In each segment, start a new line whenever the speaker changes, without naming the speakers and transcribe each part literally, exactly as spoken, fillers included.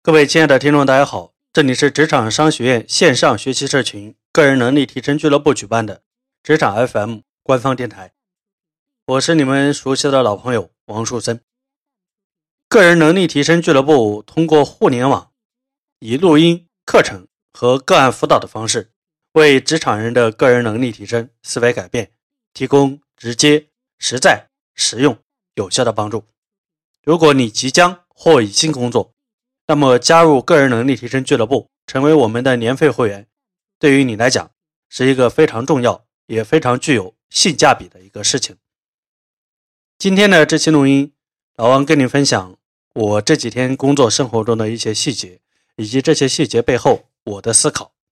各位亲爱的听众大家好，这里是职场商学院线上学习社群个人能力提升俱乐部举办的职场 F M 官方电台，我是你们熟悉的老朋友王树森。个人能力提升俱乐部通过互联网，以录音、课程和个案辅导的方式，为职场人的个人能力提升、思维改变提供直接、实在、实用、有效的帮助。如果你即将或已经工作，那么加入个人能力提升俱乐部，成为我们的年费会员，对于你来讲是一个非常重要也非常具有性价比的一个事情。今天的这期录音，老王跟你分享我这几天工作生活中的一些细节，以及这些细节背后我的思考。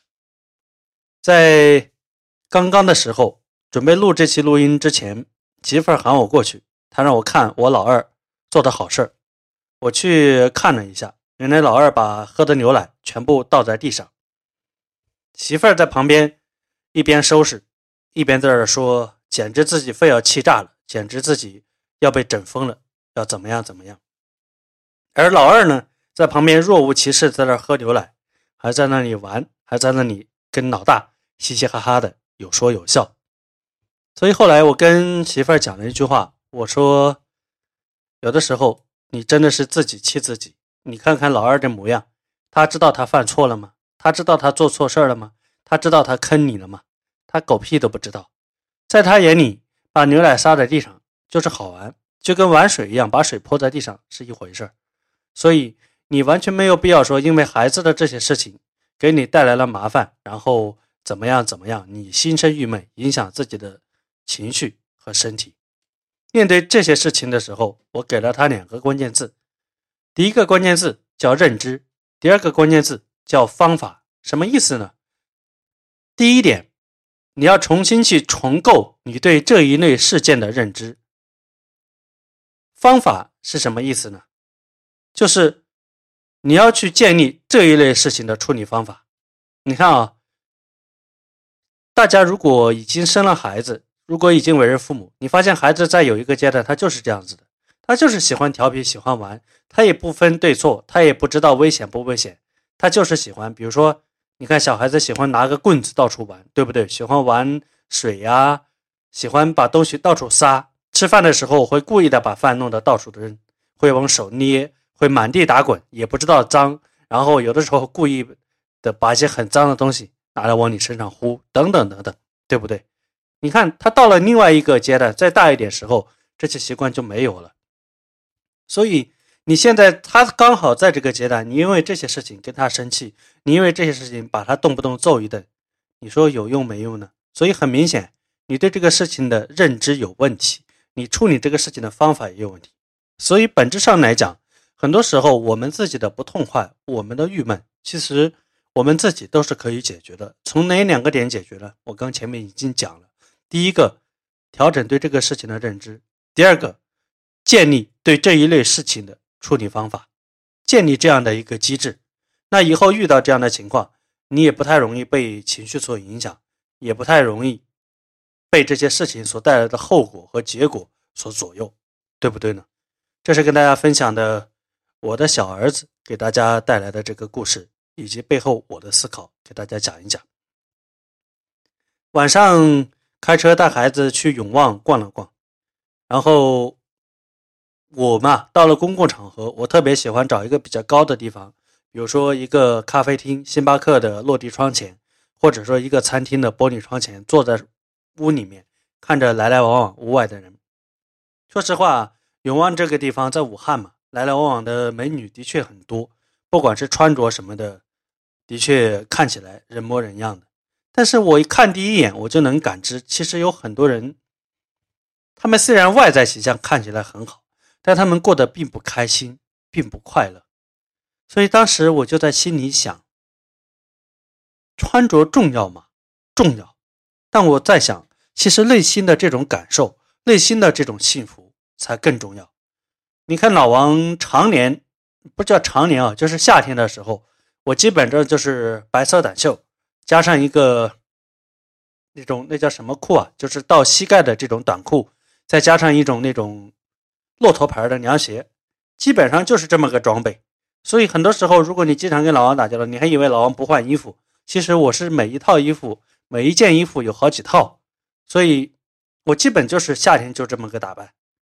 在刚刚的时候，准备录这期录音之前，媳妇儿喊我过去，她让我看我老二做的好事。我去看了一下，原来老二把喝的牛奶全部倒在地上，媳妇儿在旁边一边收拾一边在这说，简直自己非要气炸了，简直自己要被整疯了，要怎么样怎么样。而老二呢，在旁边若无其事在那喝牛奶，还在那里玩，还在那里跟老大嘻嘻哈哈的有说有笑。所以后来我跟媳妇儿讲了一句话，我说有的时候你真的是自己气自己。你看看老二的模样，他知道他犯错了吗？他知道他做错事了吗？他知道他坑你了吗？他狗屁都不知道。在他眼里，把牛奶撒在地上就是好玩，就跟玩水一样，把水泼在地上是一回事。所以你完全没有必要说因为孩子的这些事情给你带来了麻烦，然后怎么样怎么样，你心生郁闷，影响自己的情绪和身体。面对这些事情的时候，我给了他两个关键字。第一个关键字叫认知，第二个关键字叫方法。什么意思呢？第一点，你要重新去重构你对这一类事件的认知。方法是什么意思呢？就是你要去建立这一类事情的处理方法。你看啊，大家如果已经生了孩子，如果已经为人父母，你发现孩子在有一个阶段他就是这样子的，他就是喜欢调皮喜欢玩，他也不分对错，他也不知道危险不危险，他就是喜欢。比如说你看小孩子喜欢拿个棍子到处玩，对不对？喜欢玩水呀，喜欢把东西到处撒，吃饭的时候会故意的把饭弄得到处的扔，会往手捏，会满地打滚，也不知道脏，然后有的时候故意的把一些很脏的东西拿来往你身上呼，等等等等，对不对？你看他到了另外一个阶段，再大一点时候，这些习惯就没有了。所以你现在他刚好在这个阶段，你因为这些事情跟他生气，你因为这些事情把他动不动揍一顿，你说有用没用呢？所以很明显，你对这个事情的认知有问题，你处理这个事情的方法也有问题。所以本质上来讲，很多时候我们自己的不痛快，我们的郁闷，其实我们自己都是可以解决的。从哪两个点解决呢？我刚前面已经讲了。第一个，调整对这个事情的认知。第二个，建立对这一类事情的处理方法，建立这样的一个机制。那以后遇到这样的情况，你也不太容易被情绪所影响，也不太容易被这些事情所带来的后果和结果所左右，对不对呢？这是跟大家分享的我的小儿子给大家带来的这个故事，以及背后我的思考，给大家讲一讲。晚上开车带孩子去永旺逛了逛，然后我嘛到了公共场合，我特别喜欢找一个比较高的地方，比如说一个咖啡厅，星巴克的落地窗前，或者说一个餐厅的玻璃窗前，坐在屋里面看着来来往往屋外的人。说实话，永旺这个地方在武汉嘛，来来往往的美女的确很多，不管是穿着什么的，的确看起来人模人样的。但是我一看第一眼，我就能感知，其实有很多人，他们虽然外在形象看起来很好，但他们过得并不开心，并不快乐。所以当时我就在心里想，穿着重要吗？重要。但我在想，其实内心的这种感受，内心的这种幸福才更重要。你看老王常年，不叫常年啊，就是夏天的时候，我基本上就是白色短袖，加上一个那种那叫什么裤啊，就是到膝盖的这种短裤，再加上一种那种骆驼牌的凉鞋，基本上就是这么个装备。 所以很多时候，如果你经常跟老王打交道，你还以为老王不换衣服，其实我是每一套衣服，每一件衣服有好几套，所以我基本就是夏天就这么个打扮。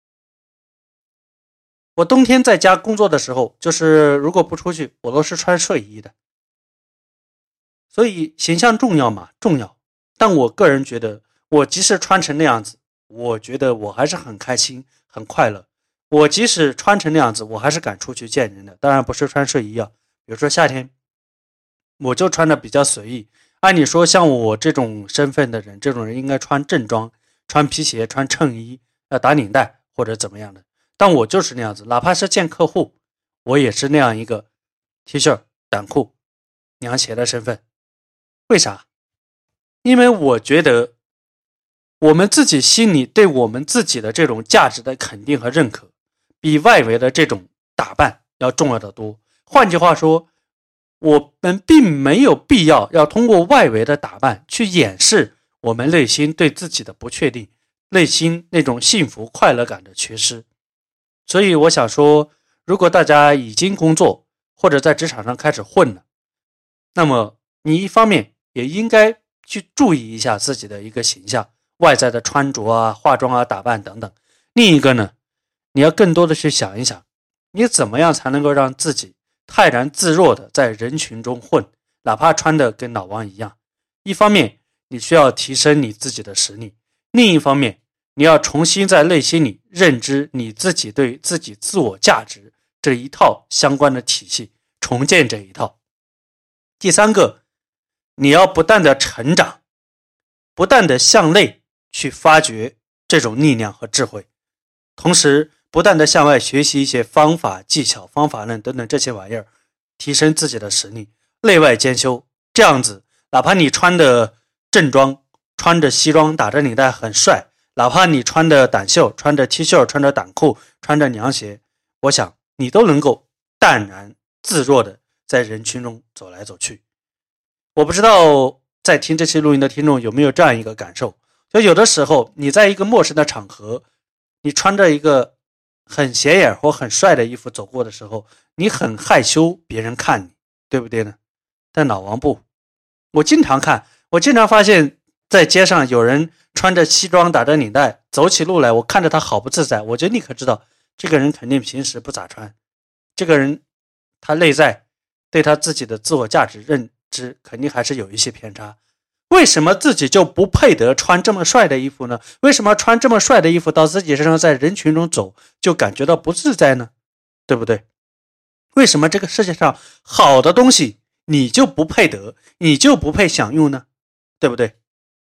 我冬天在家工作的时候，就是如果不出去，我都是穿睡衣的。所以形象重要嘛，重要。但我个人觉得，我即使穿成那样子，我觉得我还是很开心很快乐。我即使穿成那样子，我还是敢出去见人的，当然不是穿睡衣啊。比如说夏天我就穿的比较随意，按理说像我这种身份的人，这种人应该穿正装，穿皮鞋，穿衬衣，要打领带或者怎么样的，但我就是那样子，哪怕是见客户，我也是那样一个 T 恤短裤凉鞋的身份。为啥？因为我觉得我们自己心里对我们自己的这种价值的肯定和认可，比外围的这种打扮要重要的多。换句话说，我们并没有必要要通过外围的打扮去掩饰我们内心对自己的不确定，内心那种幸福快乐感的缺失。所以我想说，如果大家已经工作或者在职场上开始混了，那么你一方面也应该去注意一下自己的一个形象，外在的穿着啊、化妆啊、打扮等等。另一个呢，你要更多的去想一想，你怎么样才能够让自己泰然自若的在人群中混，哪怕穿的跟老王一样。一方面你需要提升你自己的实力，另一方面你要重新在内心里认知你自己对自己自我价值这一套相关的体系，重建这一套。第三个，你要不断的成长，不断的向内去发掘这种力量和智慧，同时不断的向外学习一些方法、技巧、方法论等等这些玩意儿，提升自己的实力，内外兼修。这样子，哪怕你穿的正装，穿着西装，打着领带很帅，哪怕你穿的短袖，穿着 T 恤，穿着短裤，穿着凉鞋，我想你都能够淡然自若的在人群中走来走去。我不知道在听这期录音的听众有没有这样一个感受，就有的时候你在一个陌生的场合，你穿着一个很显眼或很帅的衣服走过的时候，你很害羞别人看你，对不对呢？但老王不，我经常看，我经常发现在街上有人穿着西装打着领带走起路来，我看着他好不自在，我就立刻知道这个人肯定平时不咋穿，这个人他内在对他自己的自我价值认知肯定还是有一些偏差。为什么自己就不配得穿这么帅的衣服呢？为什么穿这么帅的衣服到自己身上在人群中走就感觉到不自在呢？对不对？为什么这个世界上好的东西你就不配得，你就不配享用呢？对不对？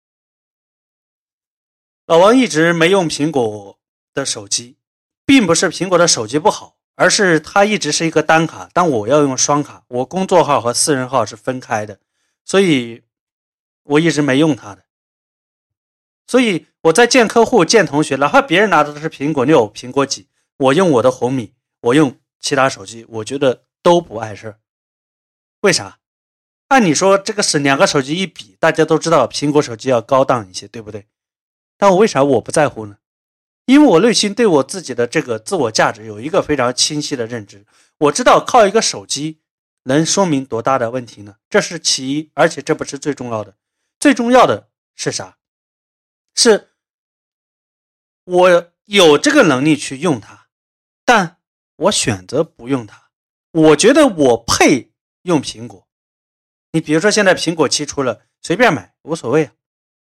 老王一直没用苹果的手机，并不是苹果的手机不好，而是它一直是一个单卡，但我要用双卡，我工作号和私人号是分开的，所以我一直没用它的。所以我在见客户见同学，哪怕别人拿的是苹果六苹果几，我用我的红米，我用其他手机，我觉得都不碍事。为啥？按理说这个是两个手机一比，大家都知道苹果手机要高档一些，对不对？但我为啥我不在乎呢？因为我内心对我自己的这个自我价值有一个非常清晰的认知，我知道靠一个手机能说明多大的问题呢？这是其一，而且这不是最重要的。最重要的是啥？是我有这个能力去用它，但我选择不用它。我觉得我配用苹果。你比如说现在苹果七出了，随便买无所谓啊，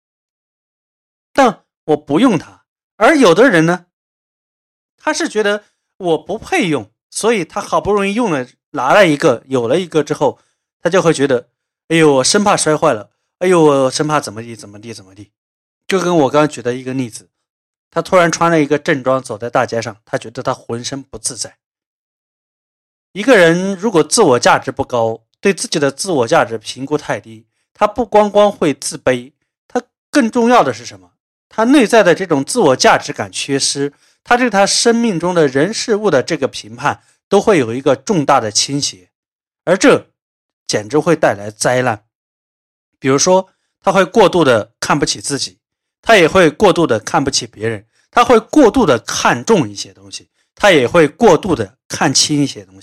但我不用它。而有的人呢，他是觉得我不配用，所以他好不容易用了，拿了一个，有了一个之后，他就会觉得，哎呦，我生怕摔坏了，哎呦，我生怕怎么地怎么地怎么地。就跟我刚刚举的一个例子，他突然穿了一个正装走在大街上，他觉得他浑身不自在。一个人如果自我价值不高，对自己的自我价值评估太低，他不光光会自卑，他更重要的是什么？他内在的这种自我价值感缺失，他对他生命中的人事物的这个评判都会有一个重大的倾斜，而这简直会带来灾难。比如说他会过度的看不起自己，他也会过度的看不起别人，他会过度的看重一些东西，他也会过度的看轻一些东西。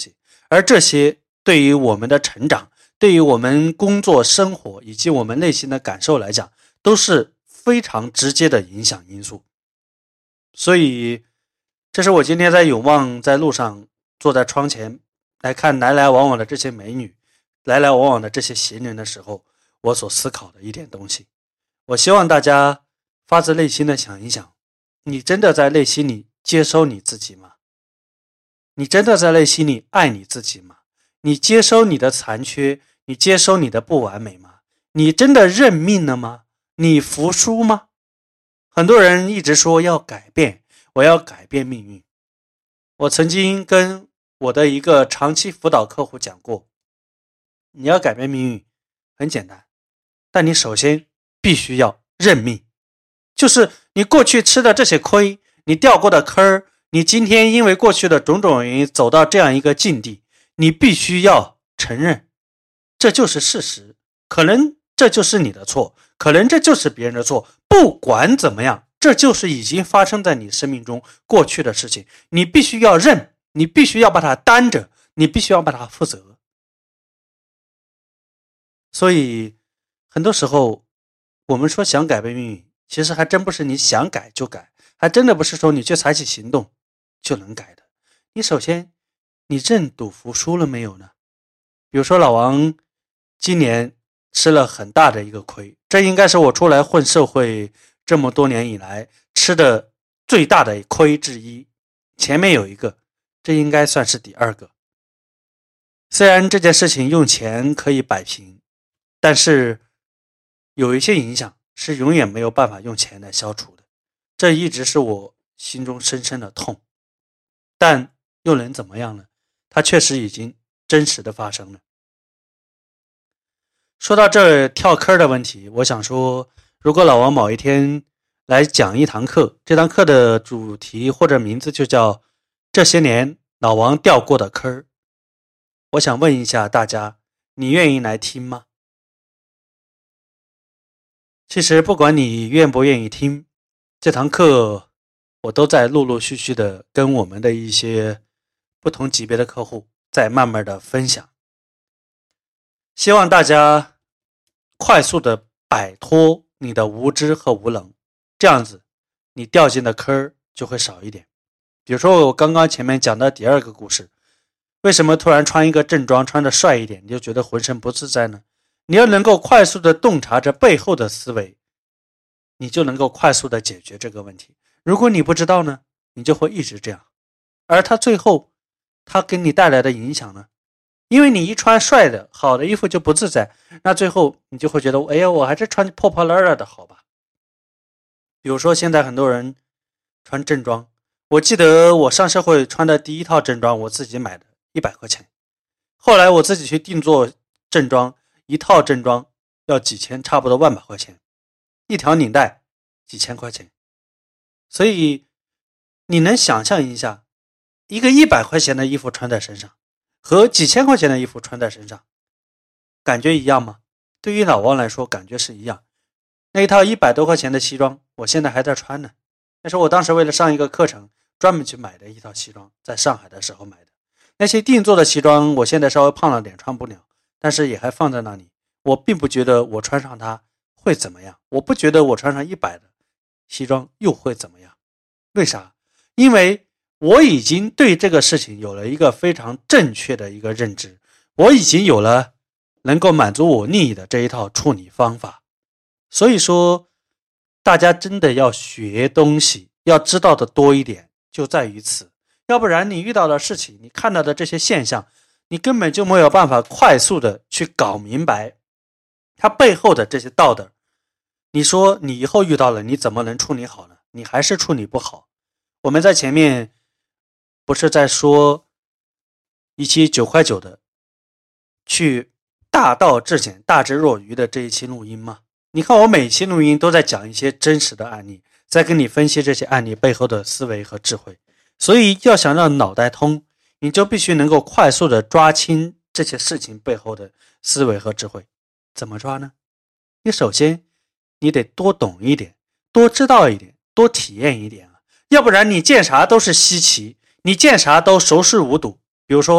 而这些对于我们的成长，对于我们工作生活以及我们内心的感受来讲，都是非常直接的影响因素。所以这是我今天在永旺在路上坐在窗前来看来来往往的这些美女，来来往往的这些行人的时候，我所思考的一点东西。我希望大家发自内心的想一想，你真的在内心里接收你自己吗？你真的在内心里爱你自己吗？你接收你的残缺，你接收你的不完美吗？你真的认命了吗？你服输吗？很多人一直说要改变，我要改变命运。我曾经跟我的一个长期辅导客户讲过，你要改变命运很简单，但你首先必须要认命。就是你过去吃的这些亏，你掉过的坑儿，你今天因为过去的种种原因走到这样一个境地，你必须要承认这就是事实，可能这就是你的错，可能这就是别人的错，不管怎么样，这就是已经发生在你生命中过去的事情，你必须要认，你必须要把它担着，你必须要把它负责。所以很多时候我们说想改变命运，其实还真不是你想改就改，还真的不是说你去采取行动就能改的。你首先你认赌服输了没有呢？比如说老王今年吃了很大的一个亏，这应该是我出来混社会这么多年以来吃的最大的亏之一，前面有一个，这应该算是第二个。虽然这件事情用钱可以摆平，但是有一些影响是永远没有办法用钱来消除的，这一直是我心中深深的痛。但又能怎么样呢？它确实已经真实的发生了。说到这跳坑的问题，我想说，如果老王某一天来讲一堂课，这堂课的主题或者名字就叫这些年老王掉过的坑，我想问一下大家，你愿意来听吗？其实不管你愿不愿意听，这堂课我都在陆陆续续的跟我们的一些不同级别的客户在慢慢的分享，希望大家快速的摆脱你的无知和无能，这样子你掉进的坑就会少一点。比如说我刚刚前面讲的第二个故事，为什么突然穿一个正装穿的帅一点你就觉得浑身不自在呢？你要能够快速的洞察着背后的思维，你就能够快速的解决这个问题。如果你不知道呢，你就会一直这样，而他最后他给你带来的影响呢，因为你一穿帅的好的衣服就不自在，那最后你就会觉得哎呀，我还是穿破破烂烂的好吧。比如说现在很多人穿正装，我记得我上社会穿的第一套正装我自己买的一百块钱，后来我自己去定做正装，一套正装要几千，差不多万把块钱，一条领带几千块钱。所以你能想象一下，一个一百块钱的衣服穿在身上和几千块钱的衣服穿在身上，感觉一样吗？对于老王来说感觉是一样。那一套一百多块钱的西装我现在还在穿呢，那是我当时为了上一个课程专门去买的一套西装，在上海的时候买的。那些定做的西装我现在稍微胖了点穿不了，但是也还放在那里，我并不觉得我穿上它会怎么样，我不觉得我穿上一百的西装又会怎么样。为啥？因为我已经对这个事情有了一个非常正确的一个认知，我已经有了能够满足我利益的这一套处理方法。所以说大家真的要学东西，要知道的多一点，就在于此。要不然你遇到的事情，你看到的这些现象，你根本就没有办法快速的去搞明白它背后的这些道德。你说你以后遇到了你怎么能处理好呢？你还是处理不好。我们在前面不是在说一期九块九的去大道至简大智若愚的这一期录音吗？你看我每期录音都在讲一些真实的案例，在跟你分析这些案例背后的思维和智慧。所以要想让脑袋通，你就必须能够快速的抓清这些事情背后的思维和智慧。怎么抓呢？你首先你得多懂一点，多知道一点，多体验一点啊，要不然你见啥都是稀奇，你见啥都熟视无睹。比如说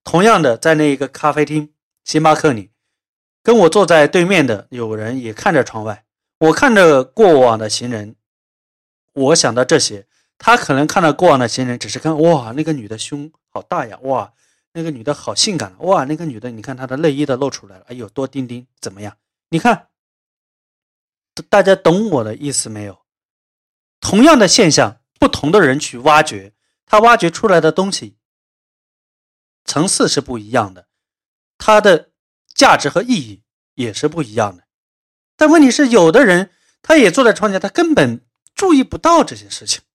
同样的，在那个咖啡厅星巴克里，跟我坐在对面的有人也看着窗外，我看着过往的行人，我想到这些，他可能看到过往的行人只是看，哇，那个女的胸好大呀，哇，那个女的好性感，哇，那个女的你看她的内衣都露出来了，哎呦多丁丁，怎么样？你看大家懂我的意思没有？同样的现象，不同的人去挖掘，他挖掘出来的东西层次是不一样的，它的价值和意义也是不一样的。但问题是，有的人他也坐在窗前，他根本注意不到这些事情。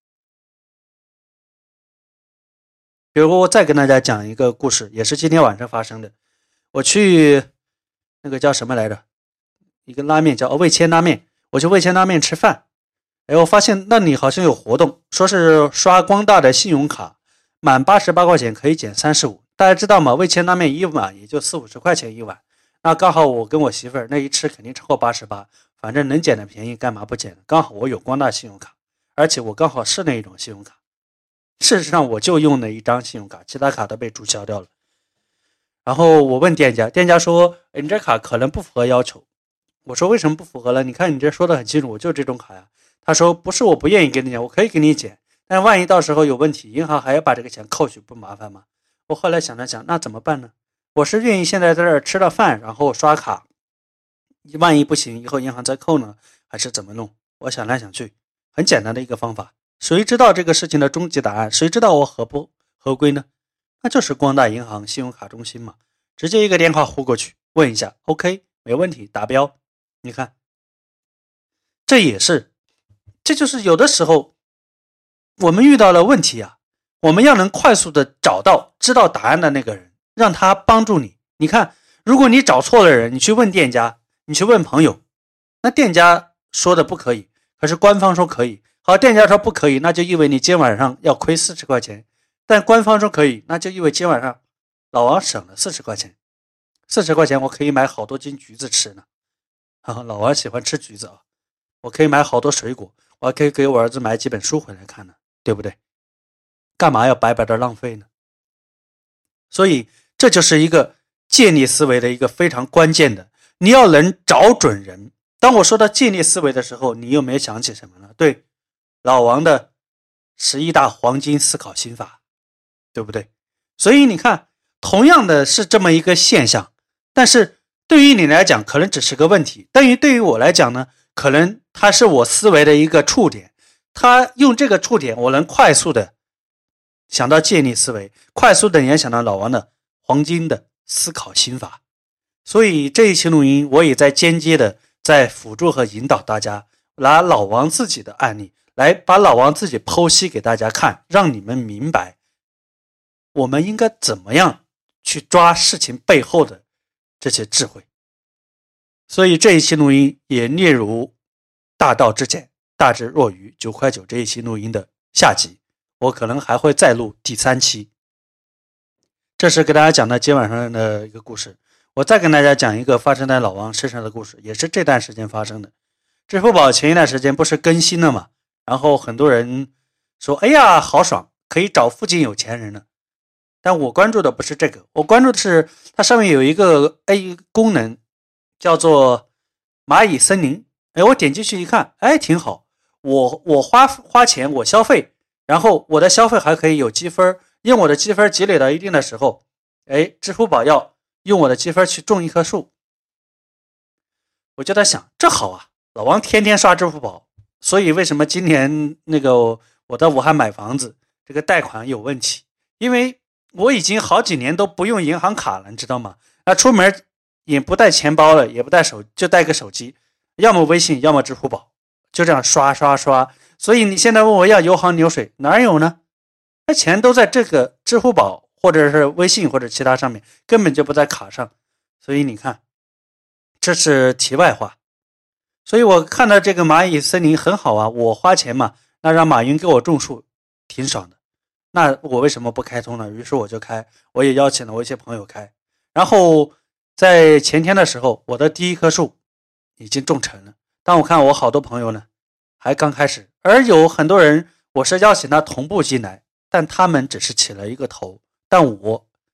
比如我再跟大家讲一个故事，也是今天晚上发生的。我去那个叫什么来着，一个拉面叫味千拉面，我去味千拉面吃饭，哎，我发现那里好像有活动，说是刷光大的信用卡，满八十八块钱可以减三十五。大家知道吗？味千拉面一碗也就四五十块钱一碗，那刚好我跟我媳妇儿那一吃肯定超过八十八，反正能减的便宜干嘛不减？刚好我有光大信用卡，而且我刚好是那一种信用卡。事实上我就用了一张信用卡，其他卡都被注销掉了。然后我问店家，店家说你这卡可能不符合要求。我说为什么不符合了？你看你这说的很清楚，我就这种卡呀。他说不是我不愿意给你减，我可以给你减，但万一到时候有问题，银行还要把这个钱扣去，不麻烦吗？我后来想了想，那怎么办呢？我是愿意现在在这儿吃了饭，然后刷卡，万一不行，以后银行再扣呢，还是怎么弄？我想来想去，很简单的一个方法，谁知道这个事情的终极答案？谁知道我合不合规呢？那就是光大银行信用卡中心嘛，直接一个电话呼过去，问一下 OK 没问题，达标。你看，这也是，这就是有的时候我们遇到了问题啊，我们要能快速的找到知道答案的那个人，让他帮助你。你看，如果你找错了人，你去问店家，你去问朋友，那店家说的不可以，可是官方说可以。好，店家说不可以，那就意味你今晚上要亏四十块钱，但官方说可以，那就意味今晚上老王省了四十块钱。四十块钱我可以买好多斤橘子吃呢。啊，老王喜欢吃橘子啊，我可以买好多水果，我还可以给我儿子买几本书回来看呢，对不对？干嘛要白白的浪费呢？所以这就是一个建立思维的一个非常关键的，你要能找准人。当我说到建立思维的时候，你有没有想起什么呢？对，老王的十一大黄金思考心法，对不对？所以你看，同样的是这么一个现象，但是对于你来讲可能只是个问题，但于对于我来讲呢，可能它是我思维的一个触点，它用这个触点我能快速的想到建立思维，快速的联想到老王的黄金的思考心法。所以这一期录音我也在间接的在辅助和引导大家，拿老王自己的案例来把老王自己剖析给大家看，让你们明白我们应该怎么样去抓事情背后的这些智慧。所以这一期录音也列入大道至简，大智若愚九块九这一期录音的下集，我可能还会再录第三期。这是给大家讲的今晚上的一个故事。我再跟大家讲一个发生在老王身上的故事，也是这段时间发生的。支付宝前一段时间不是更新了吗？然后很多人说哎呀好爽，可以找附近有钱人了。但我关注的不是这个，我关注的是它上面有一个 A 功能叫做蚂蚁森林。哎，我点进去一看，哎，挺好。我我花花钱，我消费，然后我的消费还可以有积分，用我的积分积累到一定的时候，哎，支付宝要用我的积分去种一棵树。我就在想，这好啊，老王天天刷支付宝，所以为什么今年那个我在武汉买房子，这个贷款有问题？因为我已经好几年都不用银行卡了，你知道吗？那出门也不带钱包了，也不带手，就带个手机，要么微信，要么支付宝，就这样刷刷刷。所以你现在问我要油行流水，哪有呢？那钱都在这个支付宝或者是微信或者其他上面，根本就不在卡上。所以你看，这是题外话。所以我看到这个蚂蚁森林很好啊，我花钱嘛，那让马云给我种树，挺爽的。那我为什么不开通呢？于是我就开，我也邀请了我一些朋友开。然后在前天的时候，我的第一棵树已经种成了。但我看我好多朋友呢，还刚开始，而有很多人我是邀请他同步进来，但他们只是起了一个头，但我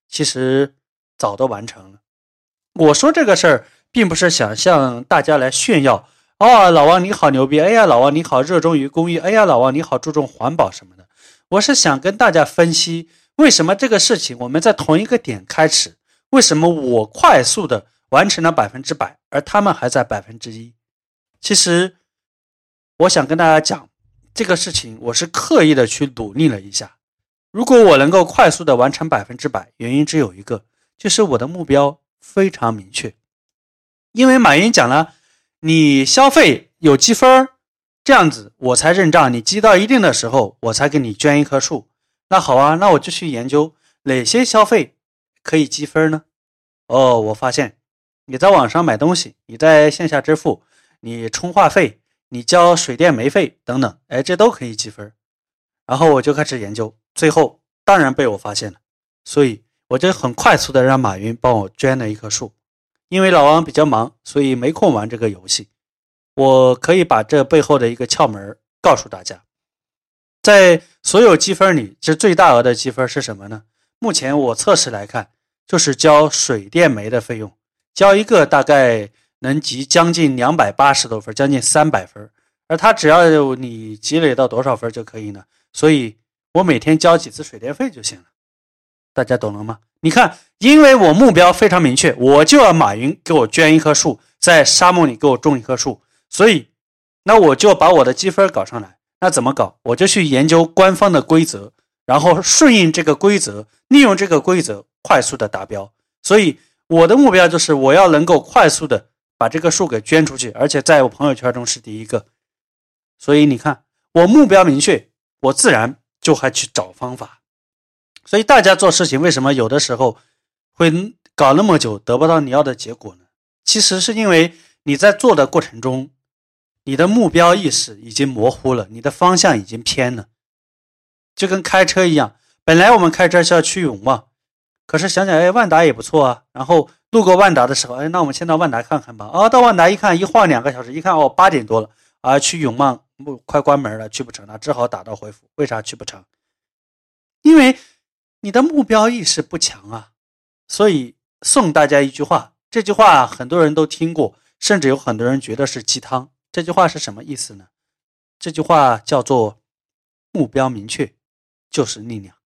其实早都完成了。我说这个事儿并不是想向大家来炫耀，哦，老王你好牛逼，哎呀，老王你好热衷于公益，哎呀，老王你好注重环保什么的。我是想跟大家分析，为什么这个事情我们在同一个点开始，为什么我快速的完成了百分之百，而他们还在百分之一。其实我想跟大家讲，这个事情我是刻意的去努力了一下。如果我能够快速的完成百分之百，原因只有一个，就是我的目标非常明确。因为马云讲了，你消费有积分，这样子我才认账，你积到一定的时候，我才给你捐一棵树。那好啊，那我就去研究哪些消费可以积分呢？哦，我发现你在网上买东西，你在线下支付，你充话费，你交水电煤费等等，哎，这都可以积分。然后我就开始研究，最后当然被我发现了，所以我就很快速的让马云帮我捐了一棵树。因为老王比较忙，所以没空玩这个游戏。我可以把这背后的一个窍门告诉大家。在所有积分里，这最大额的积分是什么呢？目前我测试来看，就是交水电煤的费用，交一个大概能集将近两百八十多分，将近三百分。而它只要你积累到多少分就可以呢？所以我每天交几次水电费就行了。大家懂了吗？你看，因为我目标非常明确，我就要马云给我捐一棵树，在沙漠里给我种一棵树，所以那我就把我的积分搞上来。那怎么搞？我就去研究官方的规则，然后顺应这个规则，利用这个规则快速的达标。所以我的目标就是我要能够快速的把这个树给捐出去，而且在我朋友圈中是第一个。所以你看，我目标明确，我自然就还去找方法。所以大家做事情为什么有的时候会搞那么久得不到你要的结果呢？其实是因为你在做的过程中，你的目标意识已经模糊了，你的方向已经偏了。就跟开车一样，本来我们开车是要去永旺，可是想想哎，万达也不错啊，然后路过万达的时候，哎，那我们先到万达看看吧。哦，到万达一看，一晃两个小时，一看哦八点多了啊，去永旺快关门了，去不成了，只好打道回府。为啥去不成？因为你的目标意识不强啊。所以送大家一句话，这句话很多人都听过，甚至有很多人觉得是鸡汤。这句话是什么意思呢？这句话叫做目标明确就是力量。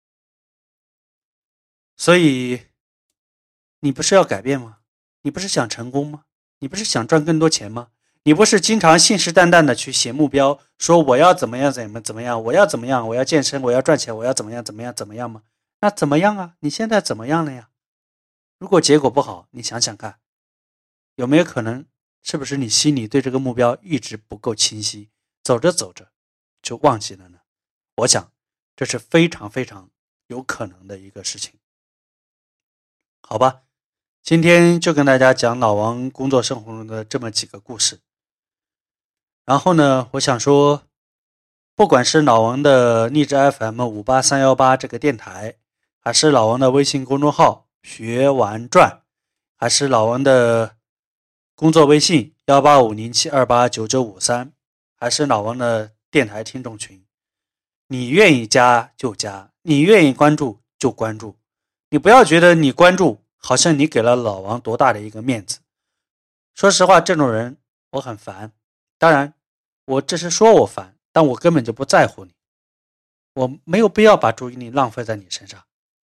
所以你不是要改变吗？你不是想成功吗？你不是想赚更多钱吗？你不是经常信誓旦旦的去写目标，说我要怎么样怎么怎么样，我要怎么样，我要健身，我要赚钱，我要怎么样怎么样怎么样吗？那怎么样啊？你现在怎么样了呀？如果结果不好，你想想看，有没有可能是不是你心里对这个目标一直不够清晰，走着走着就忘记了呢？我想这是非常非常有可能的一个事情。好吧，今天就跟大家讲老王工作生活中的这么几个故事。然后呢，我想说，不管是老王的励志 F M 五八三一八这个电台，还是老王的微信公众号学玩转，还是老王的工作微信一八五零七二八九九五三，还是老王的电台听众群，你愿意加就加，你愿意关注就关注。你不要觉得你关注好像你给了老王多大的一个面子。说实话，这种人我很烦。当然我这是说我烦，但我根本就不在乎你，我没有必要把注意力浪费在你身上。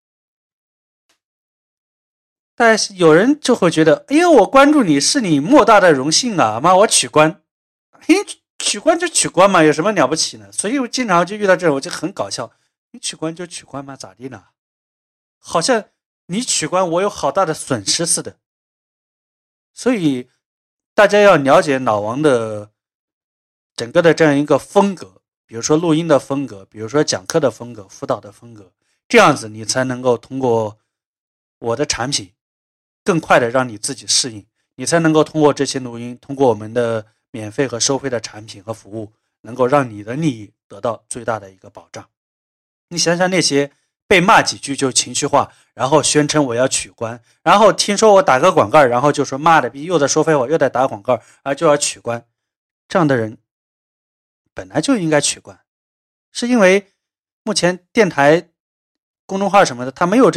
但是有人就会觉得，哎呦，我关注你是你莫大的荣幸啊，妈，我取关，嘿，取关就取关嘛，有什么了不起呢？所以我经常就遇到这种，我就很搞笑，你取关就取关嘛，咋地呢？好像你取关我有好大的损失似的。所以大家要了解老王的整个的这样一个风格，比如说录音的风格，比如说讲课的风格，辅导的风格，这样子你才能够通过我的产品更快的让你自己适应，你才能够通过这些录音，通过我们的免费和收费的产品和服务，能够让你的利益得到最大的一个保障。你想想那些被骂几句就情绪化，然后宣称我要取关，然后听说我打个广告，然后就说妈的逼又在说废话，又在打广告啊，就要取关，这样的人本来就应该取关，是因为目前电台公众号什么的他没有这种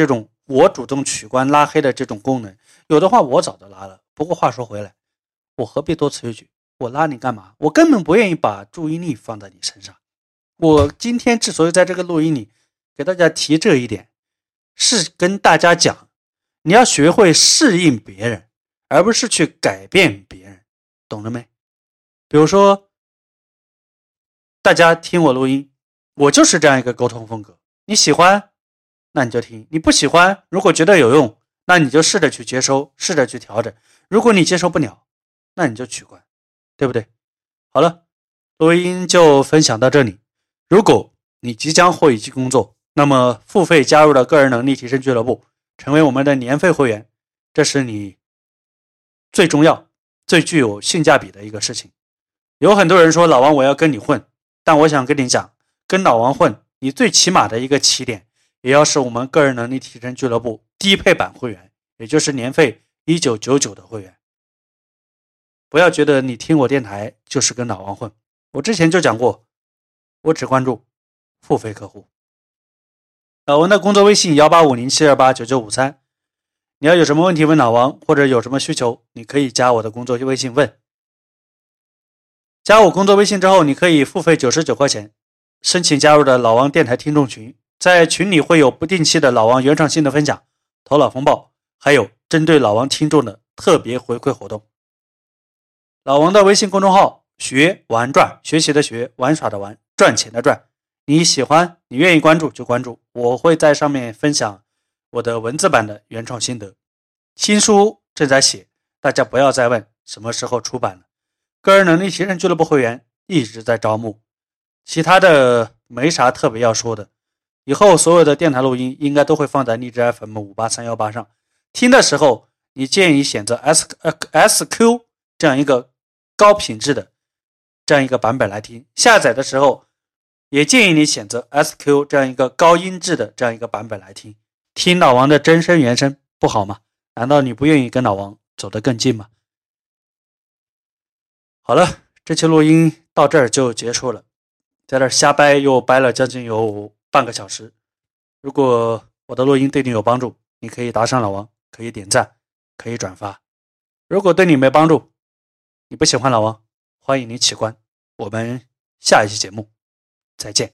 我主动取关拉黑的这种功能，有的话我早就拉了。不过话说回来，我何必多此一举？我拉你干嘛？我根本不愿意把注意力放在你身上。我今天之所以在这个录音里给大家提这一点，是跟大家讲，你要学会适应别人，而不是去改变别人，懂了没？比如说，大家听我录音，我就是这样一个沟通风格。你喜欢，那你就听；你不喜欢，如果觉得有用，那你就试着去接收，试着去调整。如果你接受不了，那你就取关，对不对？好了，录音就分享到这里。如果你即将或已经工作，那么付费加入了个人能力提升俱乐部，成为我们的年费会员，这是你最重要、最具有性价比的一个事情。有很多人说老王我要跟你混，但我想跟你讲，跟老王混，你最起码的一个起点也要是我们个人能力提升俱乐部低配版会员，也就是年费一九九九的会员。不要觉得你听我电台就是跟老王混，我之前就讲过，我只关注付费客户。老王的工作微信一八五零七二八九九五三，你要有什么问题问老王，或者有什么需求，你可以加我的工作微信问。加我工作微信之后，你可以付费九十九块钱申请加入的老王电台听众群，在群里会有不定期的老王原创性的分享、头脑风暴，还有针对老王听众的特别回馈活动。老王的微信公众号学玩赚，学习的学，玩耍的玩，赚钱的赚，你喜欢你愿意关注就关注，我会在上面分享我的文字版的原创心得。新书正在写，大家不要再问什么时候出版了。个人能力提升俱乐部会员一直在招募，其他的没啥特别要说的。以后所有的电台录音应该都会放在荔枝 F M 五八三一八上，听的时候你建议选择 S S Q 这样一个高品质的这样一个版本来听，下载的时候也建议你选择 S Q 这样一个高音质的这样一个版本来听，听老王的真声原声不好吗？难道你不愿意跟老王走得更近吗？好了，这期录音到这儿就结束了，在这儿瞎掰又掰了将近有半个小时。如果我的录音对你有帮助，你可以打赏老王，可以点赞，可以转发。如果对你没帮助，你不喜欢老王，欢迎你取关。我们下一期节目再见。